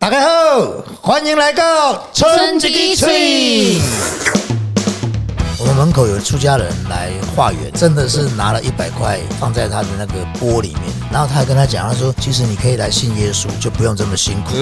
大家好，欢迎来到春之翠。我们门口有出家人来化缘，真的是拿了100块放在他的那个钵里面，然后他还跟他讲，他说：“其实你可以来信耶稣，就不用这么辛苦。”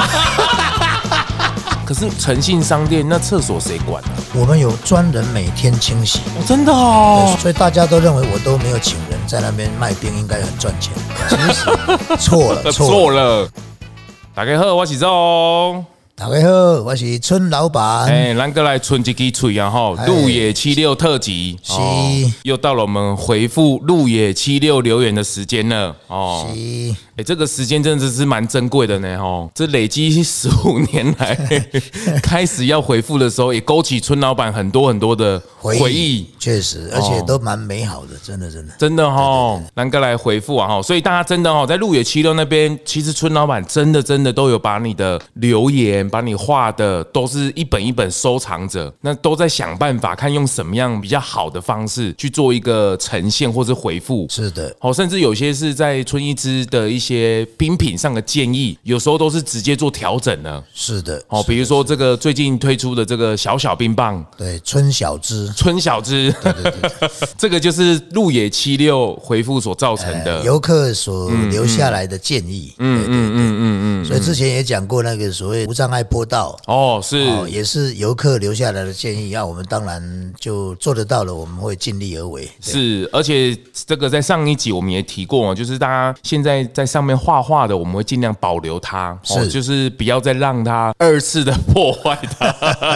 可是诚信商店那厕所谁管啊？ 我们有专人每天清洗， 真的哦， 所以大家都认为我都没有请人在那边卖冰，应该很赚钱。其实错了， 错了。大家好，我是周。 大家好，我是村老板。 咱哥来春一支嘴啊吼，鹿野76特辑，又到了我们回复鹿野76留言的时间了哦。这个时间真的是蛮珍贵的呢吼，这累积15年来开始要回复的时候，也勾起村老板很多的回忆， 确实，而且都蛮美好的，真的吼。咱哥来回复啊吼，所以大家真的吼，在鹿野76那边，其实村老板真的都有把你的留言，把你画的都是一本一本收藏着，那都在想办法看用什么样比较好的方式去做一个呈现或是回复。 是的， 甚至有些是在春一枝的一些冰品上的建议，有时候都是直接做调整的。 是的， 比如说这个最近推出的这个小冰棒， 对，春小枝， 对，这个就是鹿野76回复所造成的游客所留下来的建议。所以之前也讲过那个所谓无障碍坡道，也是游客留下来的建议，我们当然就做得到了，我们会尽力而为。 是，而且这个在上一集我们也提过，就是大家现在在上面画画的，我们会尽量保留它，就是不要再让它2次的破坏它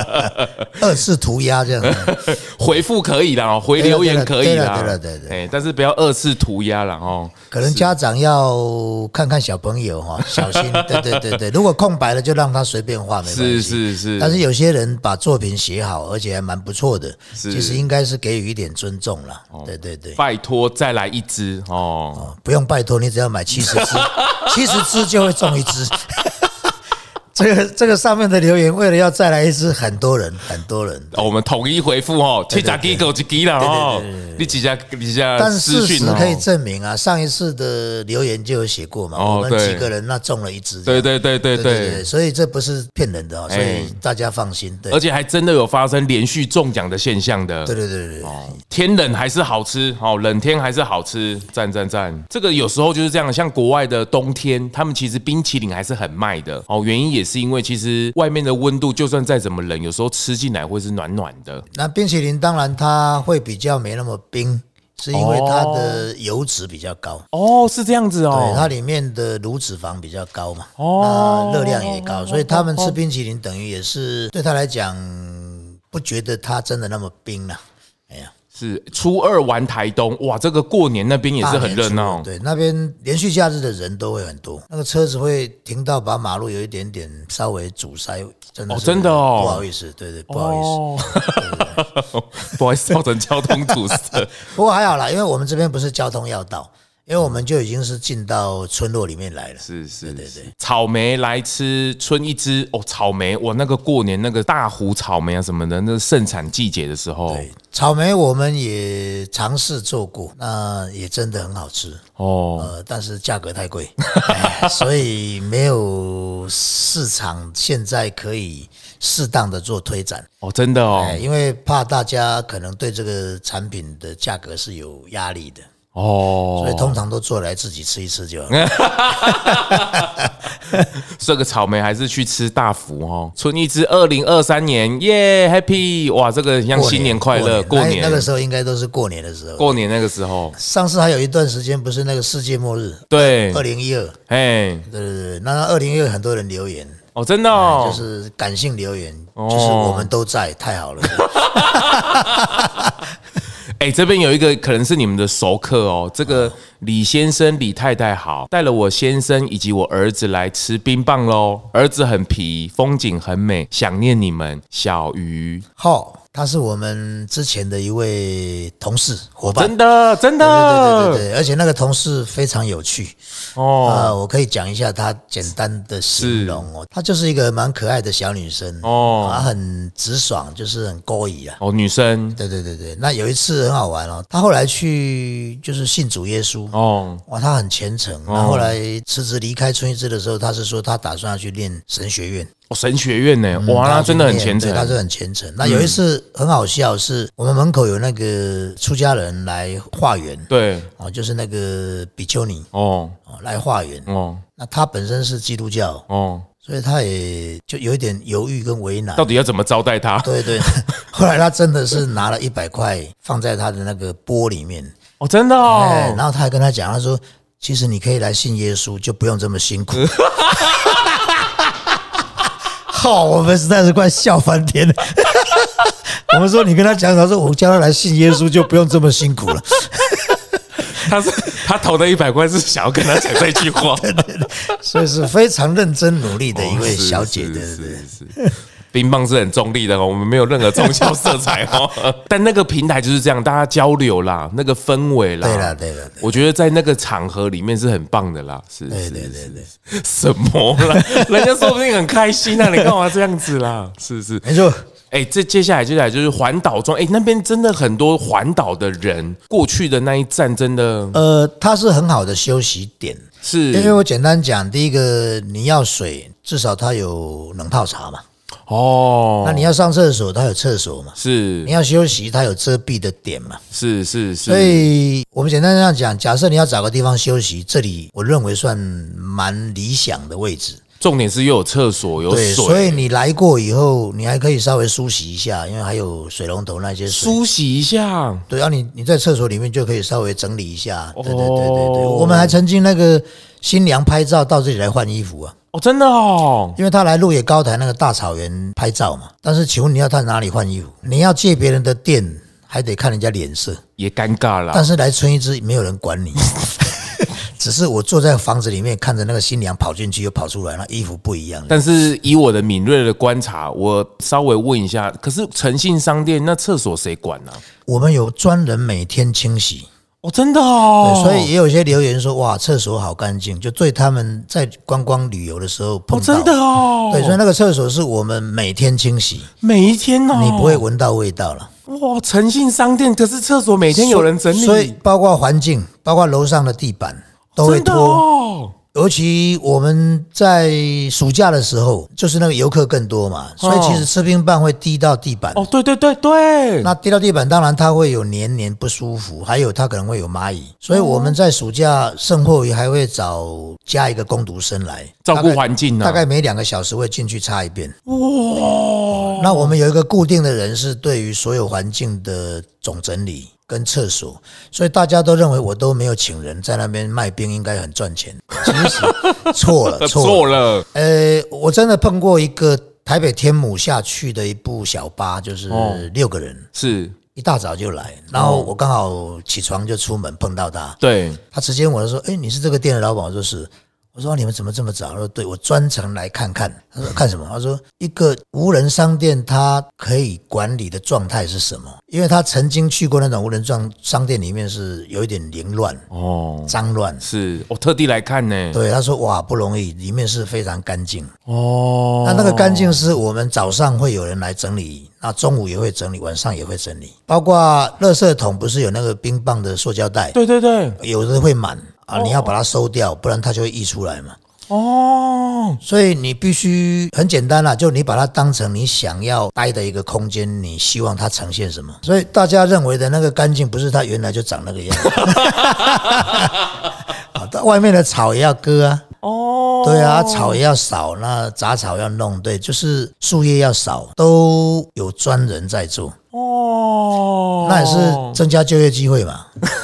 ，2次涂鸦这样。 回复可以啦，回留言可以啦， 对， 但是不要2次涂鸦啦哦。 可能家长要看看小朋友小心。对，如果空白了就让他随便画没关系。是。但是有些人把作品写好，而且还蛮不错的，其实应该是给予一点尊重啦。对。 拜托再来1支哦， 不用拜托，你只要买70支，70支就会中1支。这个上面的留言，为了要再来1支，很多人， 我们统一回复7支给9支啦哦，你几家但事实可以证明啊，上一次的留言就有写过嘛，我们几个人那中了1支，对，所以这不是骗人的，所以大家放心。 而且还真的有发生连续中奖的现象的， 对， 天冷还是好吃，冷天还是好吃，赞。这个有时候就是这样，像国外的冬天，他们其实冰淇淋还是很卖的原因也是因为其实外面的温度就算再怎么冷，有时候吃进来会是暖暖的。 那冰淇淋当然它会比较没那么冰，是因为它的油脂比较高。 是这样子哦。 对，它里面的乳脂肪比较高嘛，那热量也高，所以他们吃冰淇淋等于也是对他来讲不觉得它真的那么冰啦。 是初2玩台东，哇，这个过年那边也是很热闹。 对，那边连续假日的人都会很多，那个车子会停到把马路有一点点稍微阻塞，真的不好意思，对，不好意思， 不好意思造成交通堵塞。 不过还好啦，因为我们这边不是交通要道。因为我们就已经是进到村落里面来了， 是，对。草莓来吃春一枝草莓，我那个过年那个大湖草莓啊什么的，那盛产季节的时候， 对，草莓我们也尝试做过，那也真的很好吃但是价格太贵，所以没有市场现在可以适当的做推展真的因为怕大家可能对这个产品的价格是有压力的。所以通常都做来自己吃一吃就好。 这个草莓还是去吃大福春一枝2023年耶 happy 哇，这个像新年快乐，过年那个时候应该都是过年的时候。 过年那个时候， 上次还有一段时间不是那个世界末日， 对 ，2012，对，那2012很多人留言真的就是感性留言，就是我们都在，太好了。 这边有一个可能是你们的熟客这个李先生李太太好，带了我先生以及我儿子来吃冰棒咯，儿子很皮，风景很美，想念你们，小鱼。 他是我们之前的一位同事伙伴， 真的真的， 对，而且那个同事非常有趣哦。我可以讲一下他简单的形容哦，她就是一个蛮可爱的小女生哦，她很直爽，就是很勾引啊。 哦，女生， 对。那有一次很好玩哦，她后来去就是信主耶稣哦，哇，她很虔诚。然后后来辞职离开春一枝的时候，她是说她打算要去念神学院。 哦，神学院呢？哇，那真的很虔诚。 他是很虔诚。那有一次很好笑，是我们门口有那个出家人来化缘， 对， 哦，就是那个比丘尼哦来化缘哦。那他本身是基督教哦，所以他也就有一点犹豫跟为难， 到底要怎么招待他？ 对。后来他真的是拿了100块放在他的那个钵里面哦，真的哦。 然后他还跟他讲，他说：“其实你可以来信耶稣，就不用这么辛苦。”我们实在是快笑翻天了。我们说你跟他讲，他说我叫他来信耶稣就不用这么辛苦了。 他投的100块是想要跟他讲这句话， 对，所以是非常认真努力的一位小姐，对。 冰棒是很中立的，我们没有任何宗教色彩哦。但那个平台就是这样，大家交流啦，那个氛围啦， 对了， 我觉得在那个场合里面是很棒的啦。是， 对。 什么啦？人家说不定很开心啊，你干嘛这样子啦？是， 没错。 这接下来就是环岛庄，那边真的很多环岛的人，过去的那一站真的， 它是很好的休息点。 是因为我简单讲，第一个你要水，至少它有冷泡茶嘛。哦，那你要上厕所，它有厕所嘛？ 是， 你要休息，它有遮蔽的点嘛？ 是。 所以我们简单这样讲，假设你要找个地方休息，这里我认为算蛮理想的位置。 重点是又有厕所有水， 所以你来过以后，你还可以稍微梳洗一下，因为还有水龙头那些水。 梳洗一下， 对啊，你在厕所里面就可以稍微整理一下。对。我们还曾经那个新娘拍照到这里来换衣服啊。 哦，真的哦， 因为他来鹿野高台那个大草原拍照嘛。但是请问你要他哪里换衣服？你要借别人的店，还得看人家脸色， 也尴尬了。 但是来春一枝没有人管你。只是我坐在房子里面看着那个新娘跑进去又跑出来，那衣服不一样。 但是以我的敏锐的观察，我稍微问一下，可是诚信商店那厕所谁管啊？ 我们有专人每天清洗。 哦，真的哦。 对，所以也有些留言说，哇，厕所好干净，就对他们在观光旅游的时候碰到。 真的哦。 对，所以那个厕所是我们每天清洗， 每一天哦， 你不会闻到味道了。 哇，诚信商店，可是厕所每天有人整理， 所以包括环境，包括楼上的地板都会拖。尤其我们在暑假的时候，就是那个游客更多嘛，所以其实吃冰棒会滴到地板。 哦，对。 那滴到地板，当然它会有黏不舒服，还有它可能会有蚂蚁。所以我们在暑假剩货还会加一个工读生来照顾环境大概每2个小时会进去擦一遍。哇！那我们有一个固定的人是对于所有环境的总整理跟厕所，所以大家都认为我都没有请人在那边卖冰，应该很赚钱。其实错了。我真的碰过一个台北天母下去的一部小巴，就是6个人， 是一大早就来，然后我刚好起床就出门碰到他， 对， 他直接问我说：“你是这个店的老板？”我说是。我说你们怎么这么早？他说对，我专程来看看。他说看什么？他说一个无人商店它可以管理的状态是什么？因为他曾经去过那种无人商店，里面是有一点凌乱脏乱。 是我特地来看呢。 对，他说哇不容易，里面是非常干净。那个干净是我们早上会有人来整理，那中午也会整理，晚上也会整理。包括垃圾桶不是有那个冰棒的塑胶袋？ 对， 有的会满。你要把它收掉，不然它就会溢出来嘛。所以你必须很简单啦，就你把它当成你想要待的一个空间，你希望它呈现什么。所以大家认为的那个干净，不是它原来就长那个样子。外面的草也要割啊。对啊，草也要扫，那杂草要弄，对，就是树叶要扫，都有专人在做。那也是增加就业机会嘛。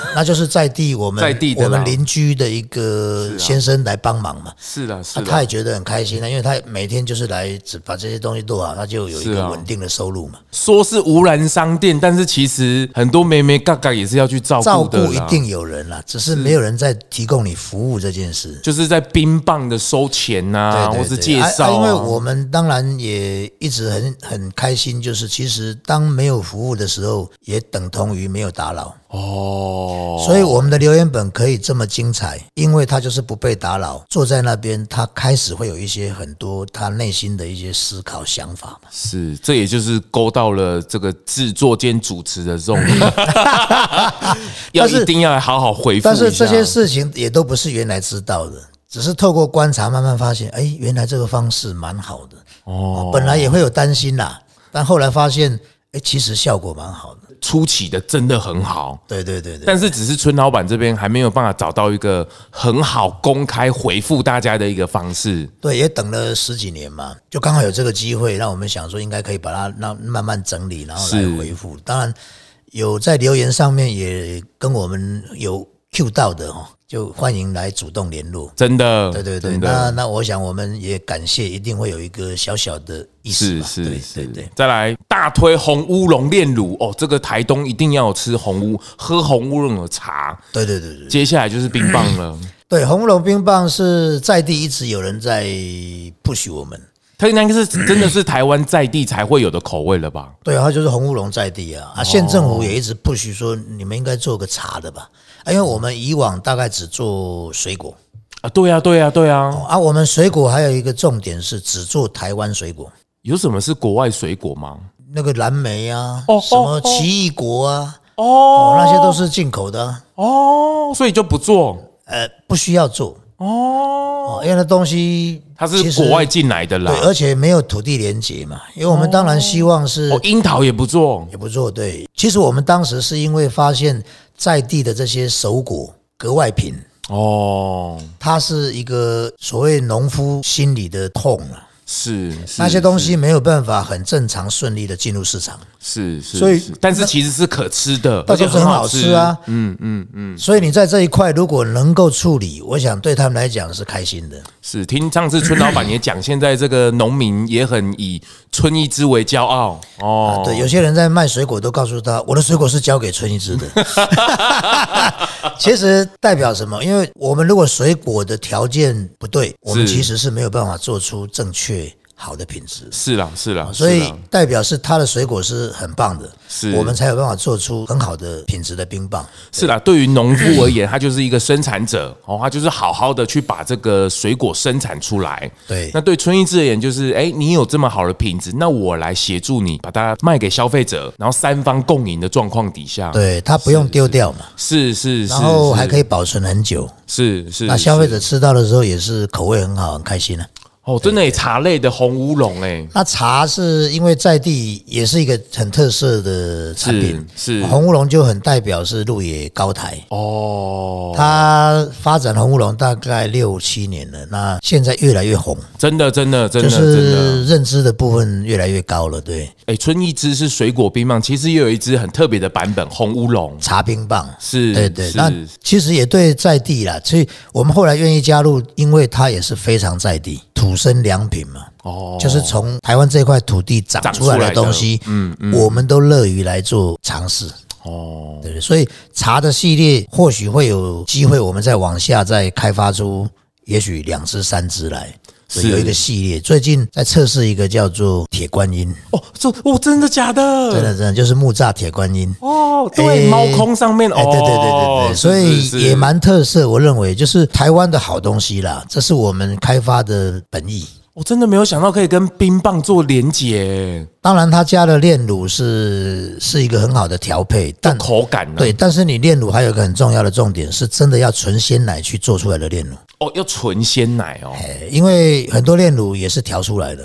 那就是在地我们邻居的一个先生来帮忙嘛。 是的， 他也觉得很开心因为他每天就是来只把这些东西做好，他就有一个稳定的收入嘛。 说是无人商店，但是其实很多妹妹嘎嘎也是要去照顾的啦。 一定有人啦，只是没有人在提供你服务这件事。 就是在冰棒的收钱啊，或是介绍因为我们当然也一直很开心，就是其实当没有服务的时候，也等同于没有打扰。所以我们的留言本可以这么精彩，因为他就是不被打扰，坐在那边，他开始会有一些很多他内心的一些思考想法嘛。 是，这也就是勾到了这个制作兼主持的重点，一定要来好好回复一下。 但是这些事情也都不是原来知道的，只是透过观察慢慢发现，原来这个方式蛮好的。本来也会有担心啦，但后来发现，其实效果蛮好的。 初期的真的很好， 对， 但是只是村老板这边还没有办法找到一个很好公开回复大家的一个方式。 对，也等了10几年嘛，就刚好有这个机会，让我们想说应该可以把它慢慢整理，然后来回复。当然有在留言上面也跟我们有 Q 到的就欢迎来主动联络。 真的， 对，那我想我们也感谢，一定会有一个小小的意思吧。对。 再来大推红乌龙炼乳这个台东一定要有吃喝红乌龙的茶。对。接下来就是冰棒了。 对，红乌龙冰棒是在地一直有人在 push 我们。 它应该是真的是台湾在地才会有的口味了吧？ 对，它就是红乌龙在地啊。县政府也一直 push 说你们应该做个茶的吧。因为我们以往大概只做水果对啊。 我们水果还有一个重点是只做台湾水果。 有什么是国外水果吗？ 那个蓝莓啊，什么奇异果啊，那些都是进口的所以就不做， 不需要做因为那东西它是国外进来的啦， 对，而且没有土地连结嘛。因为我们当然希望是樱桃也不做， 对。其实我们当时是因为发现在地的这些熟果格外品它是一个所谓农夫心里的痛啊。 是那些东西没有办法很正常顺利的进入市场，所以但是其实是可吃的， 而且很好吃啊。所以你在这一块如果能够处理，我想对他们来讲是开心的。 是，听上次村老板也讲，现在这个农民也很以村一枝为骄傲对，有些人在卖水果都告诉他，我的水果是交给村一枝的。其实代表什么？因为我们如果水果的条件不对，我们其实是没有办法做出正确好的品质。 是啦， 所以代表是他的水果是很棒的，我们才有办法做出很好的品质的冰棒。 是啦，对于农夫而言，他就是一个生产者他就是好好的去把这个水果生产出来。 对， 那对村一枝而言，就是你有这么好的品质，那我来协助你把它卖给消费者，然后三方共赢的状况底下， 对，他不用丢掉嘛， 是， 然后还可以保存很久， 是。 那消费者吃到的时候也是口味很好，很开心啊。 真的茶类的红乌龙那茶是因为在地也是一个很特色的产品， 是红乌龙就很代表是鹿野高台它发展红乌龙大概6、7年了，那现在越来越红， 真的就是认知的部分越来越高了。对， 村一枝是水果冰棒，其实也有一支很特别的版本红乌龙茶冰棒， 对， 那其实也对在地啦，所以我们后来愿意加入，因为它也是非常在地。土生良品嘛，就是从台湾这块土地长出来的东西，我们都乐于来做尝试。对，所以茶的系列或许会有机会，我们再往下再开发出，也许2支3支来。有一个系列，最近在测试一个叫做铁观音。 真的假的？ 真的，就是木栅铁观音。 对，猫空上面。 对，所以也蛮特色。我认为就是台湾的好东西啦，这是我们开发的本意。 我真的没有想到可以跟冰棒做连结。 当然，他加的炼乳是一个很好的调配，但口感呢？ 对，但是你炼乳还有一个很重要的重点，是真的要纯鲜奶去做出来的炼乳。 要纯鲜奶因为很多炼乳也是调出来的。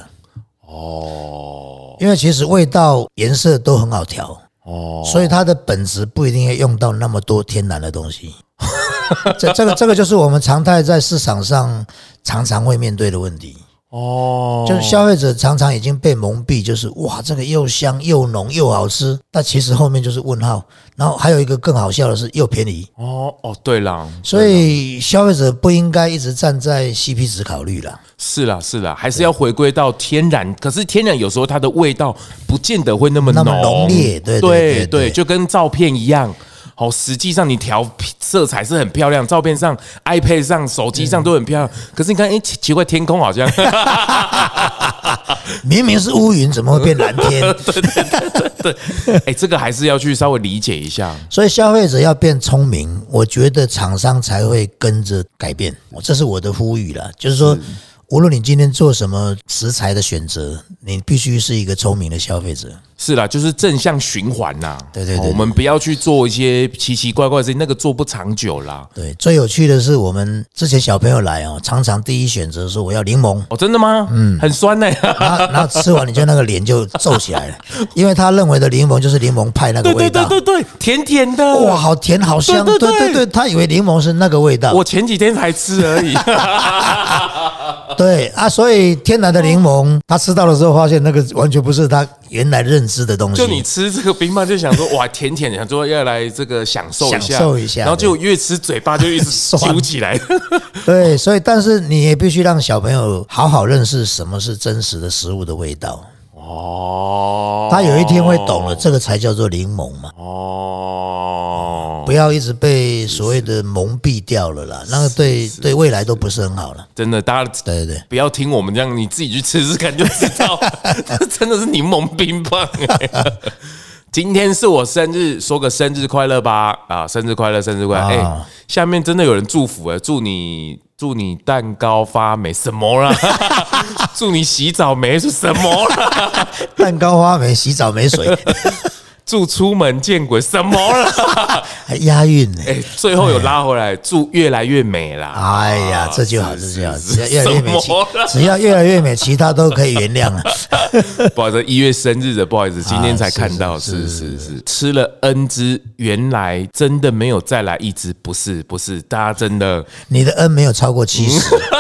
因为其实味道、颜色都很好调。所以它的本质不一定要用到那么多天然的东西。这个就是我们常态在市场上常常会面对的问题。 就是消费者常常已经被蒙蔽，就是哇，这个又香又浓又好吃，但其实后面就是问号。然后还有一个更好笑的是，又便宜。 对啦， 所以消费者不应该一直站在 CP 值考虑啦。 是啦，还是要回归到天然。可是天然有时候它的味道不见得会那么浓烈，对， 就跟照片一样。实际上你调色彩是很漂亮，照片上、iPad 上、手机上都很漂亮。可是你看，奇怪，天空好像明明是乌云，怎么会变蓝天？ 对，这个还是要去稍微理解一下。 所以消费者要变聪明，我觉得厂商才会跟着改变。这是我的呼吁啦，就是说。无论你今天做什么食材的选择，你必须是一个聪明的消费者。 是啦，就是正向循环啦。 对， 我们不要去做一些奇奇怪怪的事情，那个做不长久啦。 对，最有趣的是我们之前小朋友来常常第一选择说我要柠檬。 真的吗？很酸呢。 然后吃完你就那个脸就皱起来了，因为他认为的柠檬就是柠檬派那个味道。 对，甜甜的。 哇，好甜好香。对，他以为柠檬是那个味道。 我前几天才吃而已。 对啊，所以天然的柠檬，他吃到的时候发现那个完全不是他原来认知的东西。 就你吃这个冰棒就想说哇甜甜的，想说要来这个享受一下，然后就越吃嘴巴就一直揪起来。 对，所以但是你也必须让小朋友好好认识什么是真实的食物的味道。他有一天会懂了，这个才叫做柠檬嘛。不要一直被所谓的蒙蔽掉了啦，那个对未来都不是很好了。 真的，大家对，不要听我们这样，你自己去吃吃看就知道，真的是柠檬冰棒。今天是我生日，说个生日快乐吧！生日快乐！下面真的有人祝福祝你蛋糕发霉什么啦？祝你洗澡没什么啦？ 蛋糕发霉，洗澡没水。 祝出门见鬼什么了？ 还押韵呢！ 最后有拉回来，祝越来越美啦！ 哎呀，这就好，只要越来越美，只要越来越美，其他都可以原谅了。 不好意思，1月生日的，不好意思，今天才看到，是吃了 N 只，原来真的没有再来一只，不是，大家真的， 你的 N 没有超过70。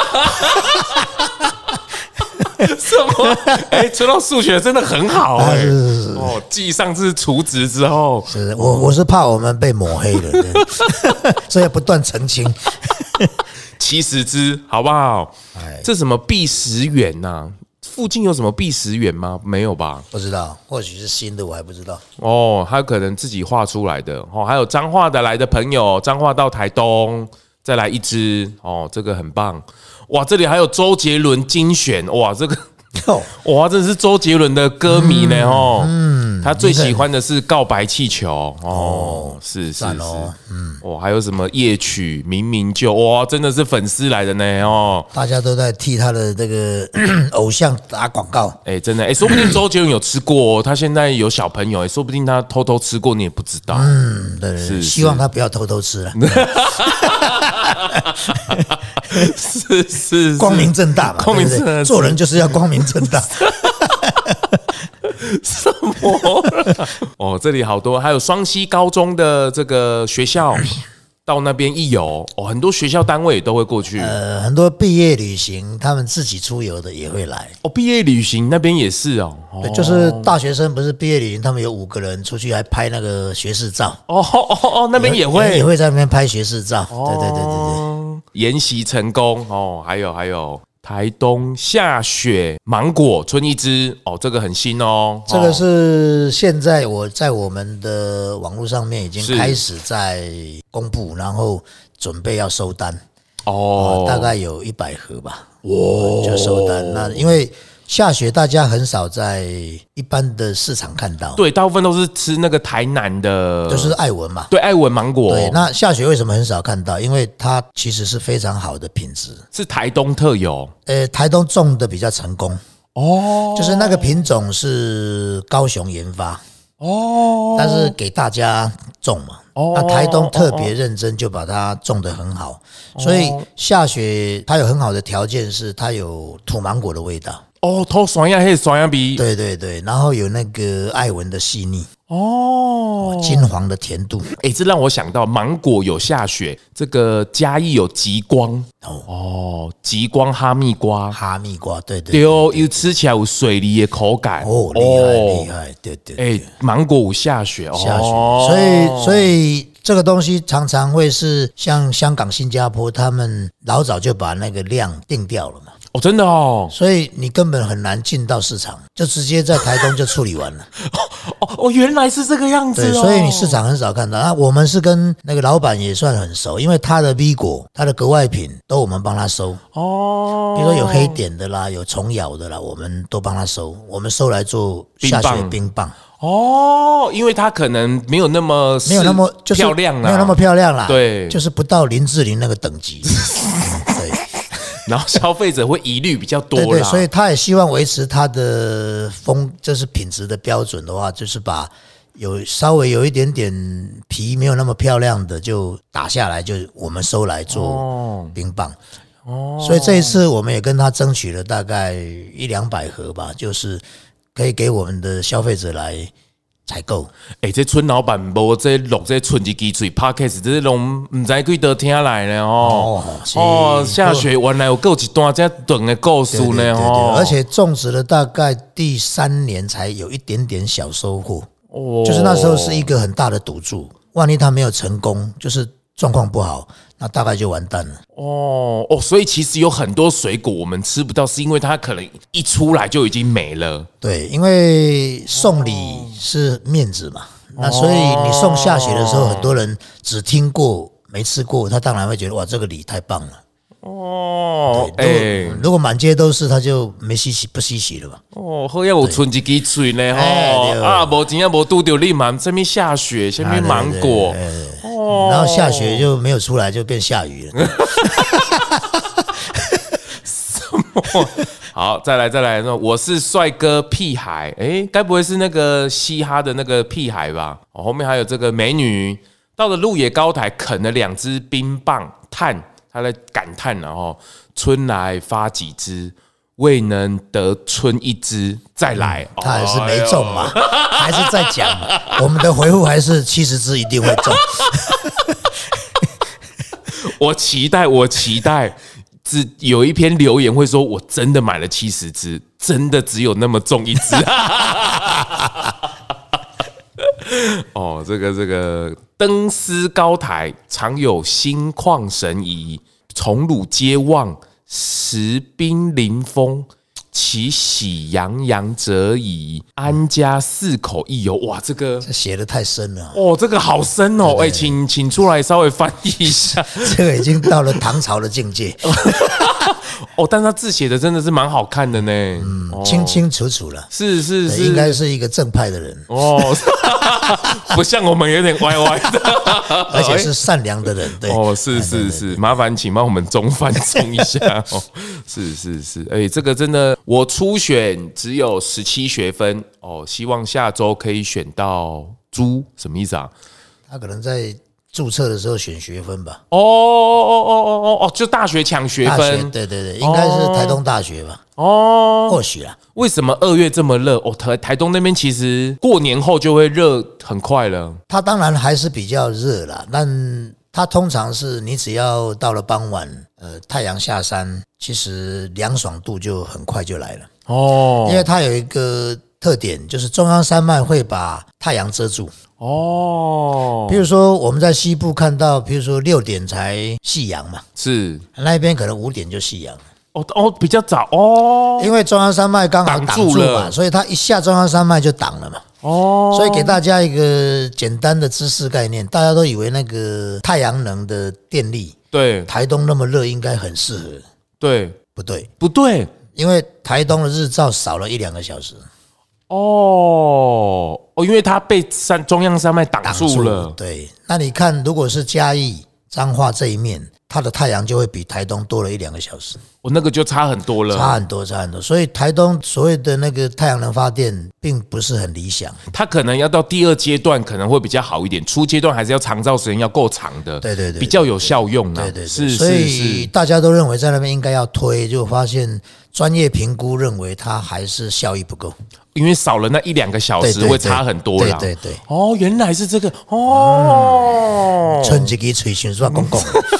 什么？说到数学真的很好继上次除值之后， 我是怕我们被抹黑了，所以要不断澄清。 70只好不好？这什么币10元呐？附近有什么币10元吗？没有吧？ 不知道，或许是新的，我还不知道。 他可能自己画出来的还有彰化的来的朋友，彰化到台东再来一只这个很棒。哇，这里还有周杰伦精选，哇，这个哇，这是周杰伦的歌迷呢他最喜欢的是告白气球是，还有什么夜曲明明就哇，真的是粉丝来的呢大家都在替他的这个偶像打广告， 真的说不定周杰伦有吃过他现在有小朋友说不定他偷偷吃过，你也不知道， 对，希望他不要偷偷吃了。是光明正大嘛，光明正大，做人就是要光明正大。 什么？这里好多，还有双溪高中的这个学校，到那边一游很多学校单位都会过去。 很多毕业旅行，他们自己出游的也会来。 毕业旅行那边也是对，就是大学生不是毕业旅行，他们有5个人出去还拍那个学士照。 那边也会在那边拍学士照。对。 研习成功还有台东下雪芒果春一枝这个很新这个是现在我在我们的网络上面已经开始在公布，然后准备要收单大概有100盒吧，就收单。那因为下雪大家很少在一般的市场看到， 对，大部分都是吃那个台南的， 就是爱文嘛， 对，爱文芒果。 对，那下雪为什么很少看到？因为它其实是非常好的品质， 是台东特有。 台东种的比较成功就是那个品种是高雄研发但是给大家种嘛。那台东特别认真，就把它种得很好，所以下雪它有很好的条件，是它有土芒果的味道。 偷酸呀，黑酸呀鼻。 对，然后有那个爱文的细腻。 金黄的甜度。 这让我想到芒果有下雪，这个嘉义有极光极光哈密瓜， 对， 又吃起来有水梨的口感厉害，对， 芒果有下雪， 所以这个东西常常会是像香港、新加坡，他们老早就把那个量定掉了嘛。 真的哦， 所以你根本很难进到市场，就直接在台东就处理完了。 原来是这个样子。 对，所以你市场很少看到。那我们是跟那个老板也算很熟，因为他的 V 果、他的格外品都我们帮他收。比如说有黑点的啦，有虫咬的啦，我们都帮他收。我们收来做下雪冰棒。 因为它可能没有那么漂亮啦， 没有那么漂亮啦。 对， 就是不到林志玲那个等级。对。 然后消费者会疑虑比较多啦， 对，所以他也希望维持他的就是品质的标准的话，就是把稍微有一点点皮没有那么漂亮的就打下来，就我们收来做冰棒。所以这一次我们也跟他争取了大概100-200盒吧，就是可以给我们的消费者来采购。 这村老板无这录这春之鸡嘴 podcast， 这拢唔知几多听来呢下雪原来有够一段这长的故事呢而且种植了大概第3年才有一点点小收获就是那时候是一个很大的赌注，万一他没有成功，就是状况不好，那大概就完蛋了。 所以其实有很多水果我们吃不到，是因为它可能一出来就已经没了。 对，因为送礼是面子嘛，那所以你送下雪的时候，很多人只听过没吃过，他当然会觉得哇，这个礼太棒了。如果满街都是，他就不稀奇了吧？ 好要有春一支嘴呢无钱也无拄到你嘛，什么下雪，什么芒果， 然后下雪就没有出来，就变下雨了。 什么？好，再来，我是帅哥屁孩，该不会是那个嘻哈的那个屁孩吧？后面还有这个美女到了鹿野高台啃了2只冰棒，他在感叹春来发几枝，未能得春一枝，再来。 他还是没中嘛，还是在讲嘛。我们的回复还是70枝一定会中。 我期待，有一篇留言会说，我真的买了70枝，真的只有那么中一枝。这个登斯高台常有心旷神怡，崇鲁街望石滨临风，其喜洋洋则已，安家4口一游。哇，这写得太深了这个好深请出来稍微翻译一下。 这个已经到了唐朝的境界。 但他字写的真的是蛮好看的呢， 清清楚楚了， 是， 应该是一个正派的人不像我们有点歪歪的， 而且是善良的人，对是，麻烦请帮我们中翻中一下是，这个真的，我初选只有17学分希望下周可以选到猪，什么意思啊？ 他可能在注册的时候选学分吧？ 就大学抢学分， 对，应该是台东大学吧？或许啦。 为什么2月这么热？台东那边其实过年后就会热很快了。 它当然还是比较热啦，但它通常是你只要到了傍晚，太阳下山，其实凉爽度就很快就来了。因为它有一个特点，就是中央山脉会把太阳遮住。比如说我们在西部看到，比如说6点才夕阳嘛， 是那边可能5点就夕阳。 比较早因为中央山脉刚好挡住嘛，所以它一下中央山脉就挡了嘛。所以给大家一个简单的知识概念，大家都以为那个太阳能的电力， 对， 台东那么热应该很适合。 对， 不对， 因为台东的日照少了1-2个小时。 因为它被中央山脉挡住了。 对，那你看，如果是嘉义彰化这一面，它的太阳就会比台东多了1-2个小时。 那个就差很多了， 差很多。所以台东所谓的那个太阳能发电并不是很理想， 它可能要到第2阶段可能会比较好一点，初阶段还是要长照时间要够长的， 对， 比较有效用的， 对， 所以大家都认为在那边应该要推，就发现专业评估认为它还是效益不够。 因为少了那1-2个小时会差很多啦。 对。 哦，原来是这个哦。 春一支嘴想说讲。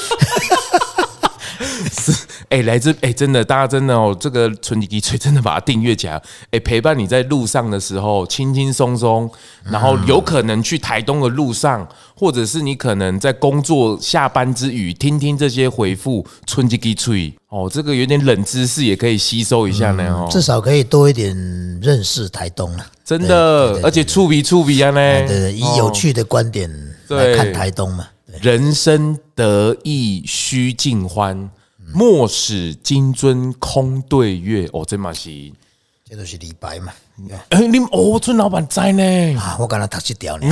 是，真的，大家真的哦，这个春一支嘴真的把它订阅起来，陪伴你在路上的时候轻轻松松，然后有可能去台东的路上，或者是你可能在工作下班之余，听听这些回复春一支嘴哦，这个有点冷知识也可以吸收一下呢哦， 至少可以多一点认识台东了， 真的，而且触鼻啊呢， 对，以有趣的观点来看台东嘛。 人生得意须尽欢，莫使金樽空对月。哦，这嘛是， 这都是李白嘛。 你村老板在呢。 我刚才读这条呢。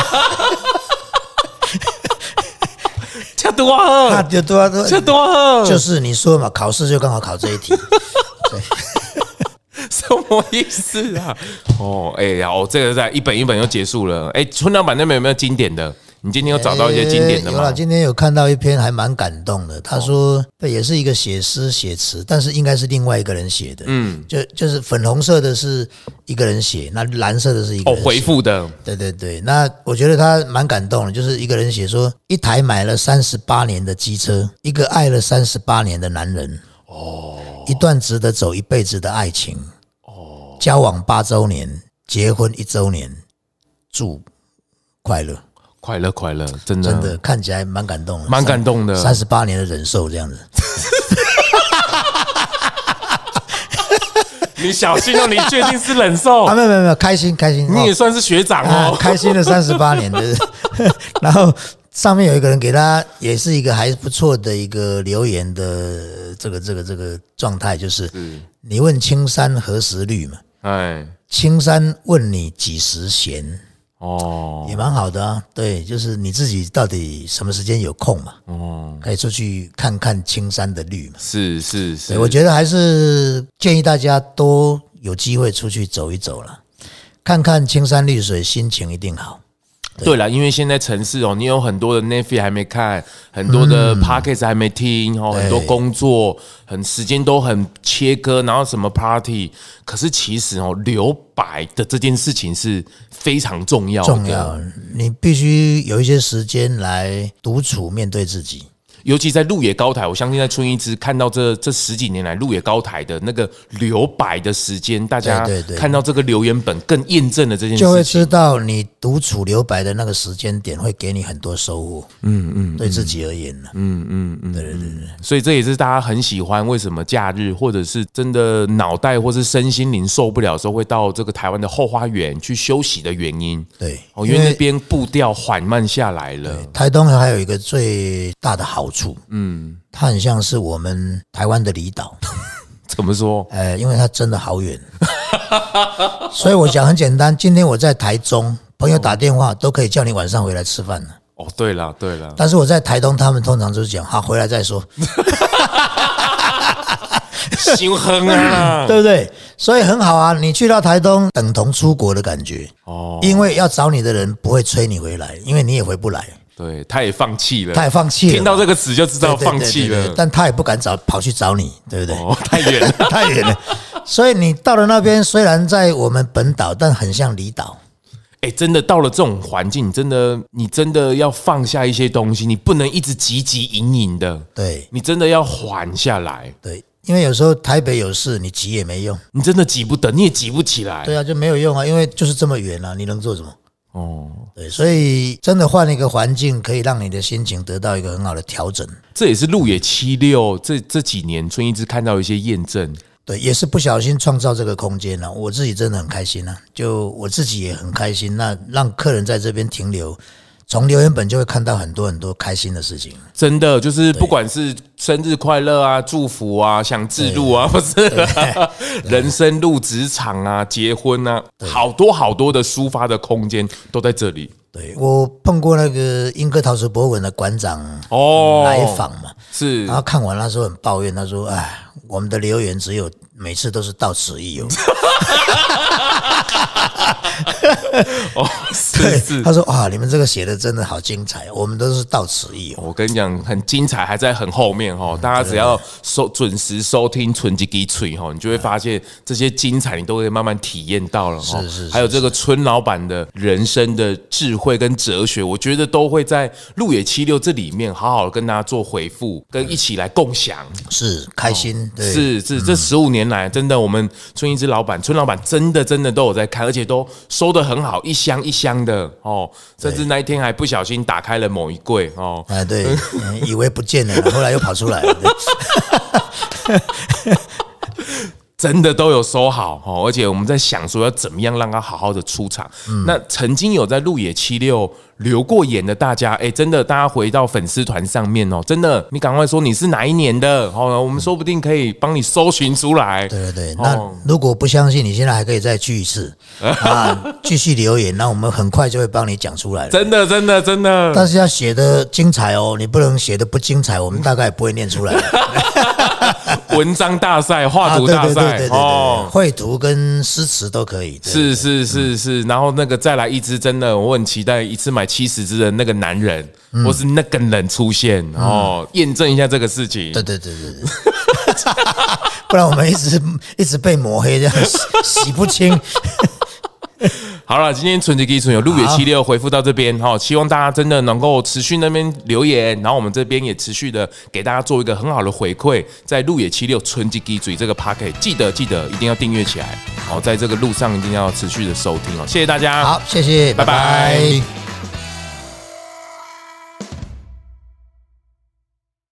这多好，这多好， 就是你说嘛，考试就刚好考这一题。对。 什么意思啊？这个在一本一本就结束了。村老板那边有没有经典的？你今天有找到一些经典的吗？ 有啦，今天有看到一篇还蛮感动的。他说，也是一个写诗写词，但是应该是另外一个人写的。就是粉红色的是一个人写，那蓝色的是一个人写回复的。 对。那我觉得他蛮感动的，就是一个人写说，一台买了38年的机车，一个爱了38年的男人。一段值得走一辈子的爱情。交往8周年，结婚1周年，祝快乐。 快乐，真的看起来蛮感动的， 蛮感动的。 38年的忍受这样子， 你小心哦！你确定是忍受？ 没有，开心。 你也算是学长哦， 开心的38年的。然后上面有一个人给他也是一个还不错的一个留言的这个状态，就是你问青山何时绿嘛？青山问你几时闲？也蛮好的啊，对，就是你自己到底什么时间有空嘛？可以出去看看青山的绿嘛？ 是， 我觉得还是建议大家都有机会出去走一走了，看看青山绿水，心情一定好。 对啦，因为现在城市你有很多的 Netflix 还没看，很多的 Podcast 还没听，很多工作时间都很切割，然后什么 Party， 可是其实留白的这件事情是非常重要的， 你必须有一些时间来独处面对自己。 尤其在鹿野高台，我相信在春一枝看到这10几年来鹿野高台的那个留白的时间，大家看到这个留言本更验证了这件事情， 就会知道你独处留白的那个时间点会给你很多收获。对自己而言呢，对。 所以这也是大家很喜欢，为什么假日或者是真的脑袋或是身心灵受不了的时候，会到这个台湾的后花园去休息的原因。 对， 因为那边步调缓慢下来了。 台东还有一个最大的好处。它很像是我们台湾的离岛。 怎么说？ 因为它真的好远，所以我讲很简单。今天我在台中，朋友打电话都可以叫你晚上回来吃饭了。 对了。 但是我在台东，他们通常就是讲好回来再说。 心狠啊， 对不对？所以很好啊，你去到台东等同出国的感觉。因为要找你的人不会催你回来，因为你也回不来。 对，他也放弃了。听到这个词就知道放弃了。 但他也不敢跑去找你，对不对？ 太远了， 太远了。所以你到了那边，虽然在我们本岛，但很像离岛。 真的到了这种环境，你真的要放下一些东西，你不能一直急营的。对，你真的要缓下来。 对，因为有时候台北有事，你急也没用。 你真的急不得，你也急不起来。 对啊，就没有用啊，因为就是这么远啊，你能做什么？对，所以真的换一个环境，可以让你的心情得到一个很好的调整。 这也是鹿野76这几年春一枝看到一些验证。 对，也是不小心创造这个空间了。我自己真的很开心啊，就我自己也很开心。那让客人在这边停留，从留言本就会看到很多很多开心的事情。真的就是不管是生日快乐啊、祝福啊、想自录啊，不是人生路、职场啊、结婚啊，好多的抒发的空间都在这里。 对，我碰过那个英歌陶瓷博物馆的馆长来访嘛， 是， 然后看完那时候很抱怨，他说：“哎，我们的留言只有每次都是到此一游。” 哦，是， 他说啊，你们这个写的真的好精彩，我们都是到此一游。 我跟你讲，很精彩，还在很后面哦。大家只要准时收听《村吉基吹》哈，你就会发现这些精彩，你都会慢慢体验到了哈。是，还有这个村老板的人生的智慧跟哲学，我觉得都会在鹿野76这里面好好的跟大家做回复，跟一起来共享。 是开心，对， 是，这15年来，真的我们村老板真的都有在看，而且都收得很好，一箱一箱的哦，甚至那一天还不小心打开了某一柜哦， 哎对，以为不见了，后来又跑出来了。 真的都有收好哦，而且我们在想说要怎么样让他好好的出场。那曾经有在鹿野76留过言的大家，真的大家回到粉丝团上面哦，真的你赶快说你是哪一年的哦，我们说不定可以帮你搜寻出来。 对，那如果不相信，你现在还可以再去一次啊，继续留言，那我们很快就会帮你讲出来了。 真的， 但是要写的精彩哦，你不能写的不精彩，我们大概也不会念出来。 文章大赛、画图大赛哦，绘图跟诗词都可以。 是，然后那个再来一支，真的我很期待一次买70支的那个男人，或是那个人出现哦，验证一下这个事情。 对，不然我们一直被抹黑，这样洗不清。 好了，今天村吉基村有鹿野76回复到这边哈，希望大家真的能够持续那边留言，然后我们这边也持续的给大家做一个很好的回馈，在鹿野76村吉基村这个 Podcast 记得一定要订阅起来，在这个路上一定要持续的收听哦，谢谢大家， 好，谢谢，拜拜。